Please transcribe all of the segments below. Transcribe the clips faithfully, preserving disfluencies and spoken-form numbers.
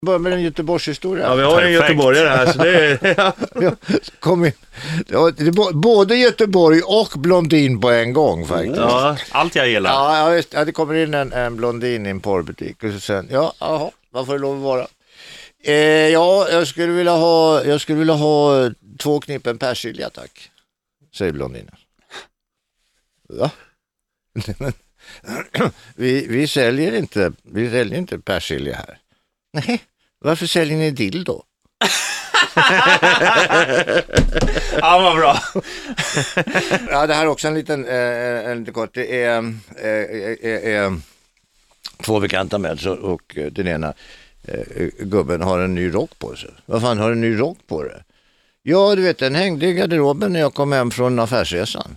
Börja med en Göteborgshistoria. Ja, vi har en göteborgare här så det är... Ja, kom in. Ja, det är både Göteborg och blondin på en gång faktiskt. Ja, allt jag gillar. Ja, ja, just, ja det kommer in en, en blondin i en porrbutik och så sen, ja, aha, vad får det lov att vara? Eh, ja, jag skulle vilja ha jag skulle vilja ha två knippen persilja, tack. Säger blondinen. Ja. vi, vi säljer inte vi säljer inte persilja här. Nej, varför säljer ni dildo? Ja, vad bra. Ja, det här är också en liten eh, en liten kort. Det är, eh, är, är två bekanta med så, och den ena eh, gubben har en ny rock på sig. Vad fan har en ny rock på det? Ja, du vet, den hängde i garderoben när jag kom hem från affärsresan.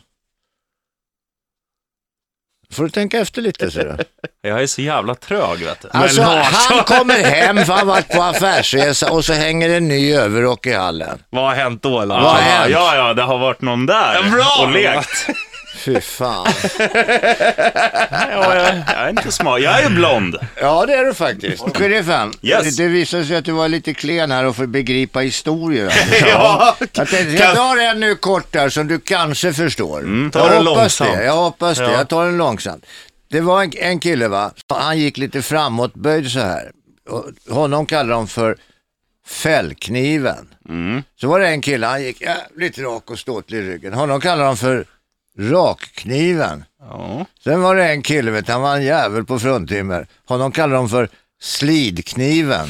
Får du tänka efter lite, så där. Jag är så jävla trög, vet du. Alltså, Men, han kommer hem för han har varit på affärsresa och så hänger en ny överrock i hallen. vad har hänt då? Eller? Vad har hänt? Ja, ja, det har varit någon där bra. och lekt. Fy fan. Ja, jag, jag är inte smart. Jag är blond. Ja, det är du faktiskt. Sheriffen, Yes. det, det visar sig att du var lite klen här och får begripa historier. Ja. Jag tänkte, jag tar en nu kort där som du kanske förstår. Mm, ta jag den hoppas långsamt. det, jag hoppas det. Ja. Jag tar den långsamt. Det var en, en kille, va? Han gick lite framåt, böjd så här. Och honom kallar de för fällkniven. Mm. Så var det en kille, han gick jävligt rak och ståtlig i ryggen. Honom kallar de för rakkniven. Ja. Sen var det en kille, vet, han var en jävel på fruntimmer. Honom kallar de för slidkniven.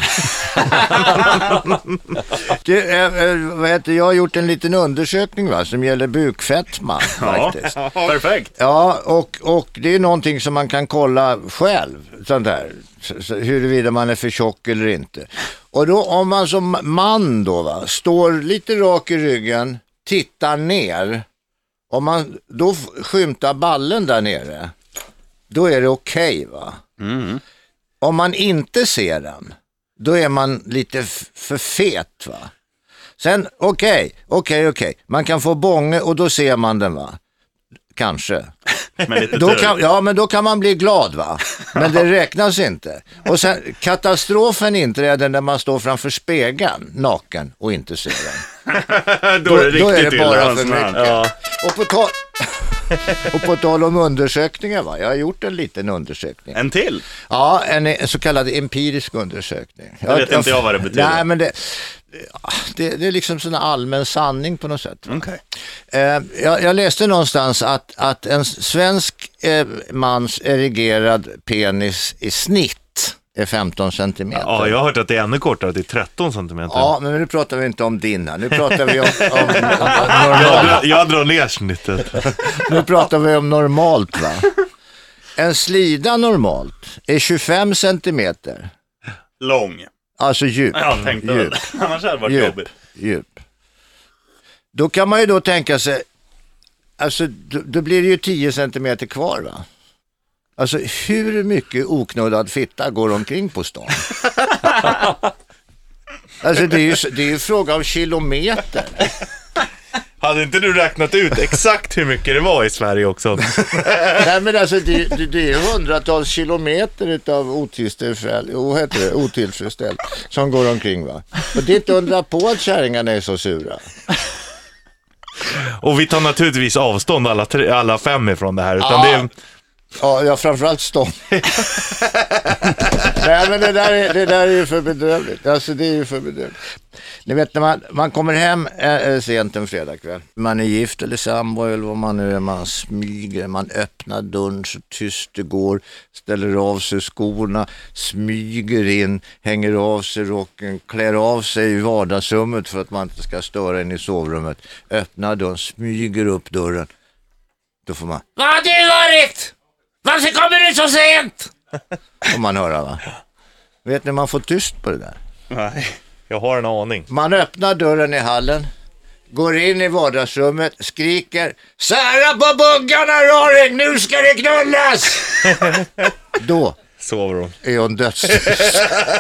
det, äh, vad heter, jag har gjort en liten undersökning, va, som gäller bukfettman faktiskt. Ja, perfekt. Ja, och, och det är någonting som man kan kolla själv, sånt där, så, så, huruvida man är för tjock eller inte. Och då om man som man då, va, står lite rak i ryggen, tittar ner, om man då skymtar ballen där nere, då är det okej, va? Mm. Om man inte ser den, då är man lite f- för fet, va? Sen, okej, okej, okej. Man kan få bånge och då ser man den, va? Kanske. Men lite Då tur. kan, ja, men då kan man bli glad, va? Men det räknas inte. Och sen, katastrofen inträder när man står framför spegeln, naken, och inte ser den. då är det då, då riktigt är det illa, bara för alltså. mycket. Ja. Och på tal... Och på tal om undersökningar, va? Jag har gjort en liten undersökning. En till? Ja, en, en så kallad empirisk undersökning. Jag vet inte jag vad det betyder. Nej, men det, det, det är liksom sån allmän sanning på något sätt. Okej. Eh, jag, jag läste någonstans att, att en svensk eh, mans erigerad penis i snitt är femton centimeter. Ja, jag har hört att det är ännu kortare, det är tretton centimeter. Ja, men nu pratar vi inte om din här. Nu pratar vi om, om, om Jag, normalt. drar, jag drar ner snittet. Nu pratar vi om normalt, va? En slida normalt är tjugofem centimeter. Lång. Alltså djup. Ja, jag tänkte djup. väl. Annars hade det varit Djup, jobbigt. djup. Då kan man ju då tänka sig, alltså då, då blir det ju tio centimeter kvar, va? Alltså hur mycket oknuddad fitta går omkring på stan? Alltså det är ju, det är ju fråga om kilometer. Hade inte du räknat ut exakt hur mycket det var i Sverige också? Nej, men alltså det, det, det är hundratals kilometer utav otillfredsställd, oh, heter det, otillfredsställd som går omkring, va? Och det är inte undra på att kärringarna är så sura. Och vi tar naturligtvis avstånd alla, tre, alla fem ifrån det här. Utan Ja. det är, Ja, jag framförallt stånd. Nej, men det där är, det där är ju för bedrövligt. Alltså det är ju för bedrövligt. Ni vet när man, man kommer hem äh, sent en fredagkväll. Man är gift eller sambo eller vad man nu är. Man smyger, man öppnar dörren så tyst det går. Ställer av sig skorna, smyger in, hänger av sig rocken, klär av sig i vardagsrummet för att man inte ska störa in i sovrummet. Öppnar dörren, smyger upp dörren. Då får man: vad har du varit? Varför kommer du så sent? Får man höra, va? Vet ni, man får tyst på det där. nej, jag har en aning. Man öppnar dörren i hallen, går in i vardagsrummet, skriker: sära på buggarna, raring, nu ska det knullas! Då Sover hon. är hon dödstyst.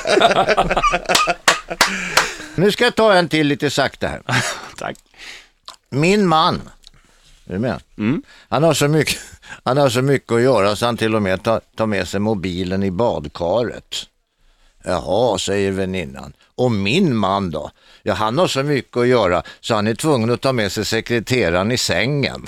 Nu ska jag ta en till lite sakta här. Tack. Min man, är du med? Mm. Han har så mycket, han har så mycket att göra så han till och med tar, tar med sig mobilen i badkaret. Jaha, säger väninnan. Och min man då? Ja, han har så mycket att göra så han är tvungen att ta med sig sekreteraren i sängen.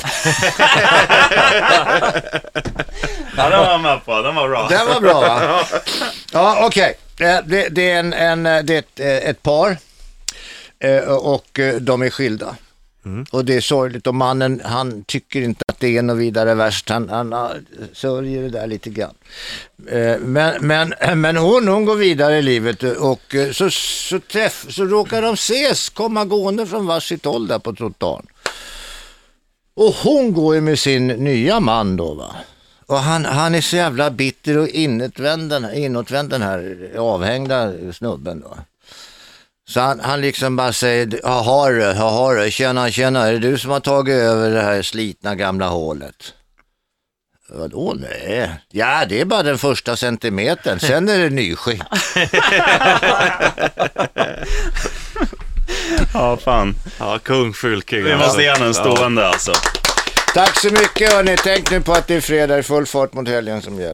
Ja, den var med på, den var bra. Det var bra, va? Ja, okej. Okay. Det, det är, en, en, det är ett, ett par och de är skilda. Mm. Och det är sorgligt och mannen, han tycker inte att det är något vidare värst. Han, han, han sörjer det där lite grann. Men, men, men hon, hon går vidare i livet och så, så, träff, så råkar de ses, komma gående från varsitt håll där på trottoaren. Och hon går ju med sin nya man då, va? Och han, han är så jävla bitter och inåtvänd den, inåtvänd den här avhängda snubben då. Så han, han liksom bara säger, jaha du, jaha du, tjena, tjena, är det du som har tagit över det här slitna gamla hålet? Vadå, nej? Ja, det är bara den första centimetern, sen är det nyskick. Ja, fan. Ja, kung Fylke. Vi måste ge en stående alltså. Tack så mycket hörni, tänk nu på att det är fredag i full fart mot helgen som gäller.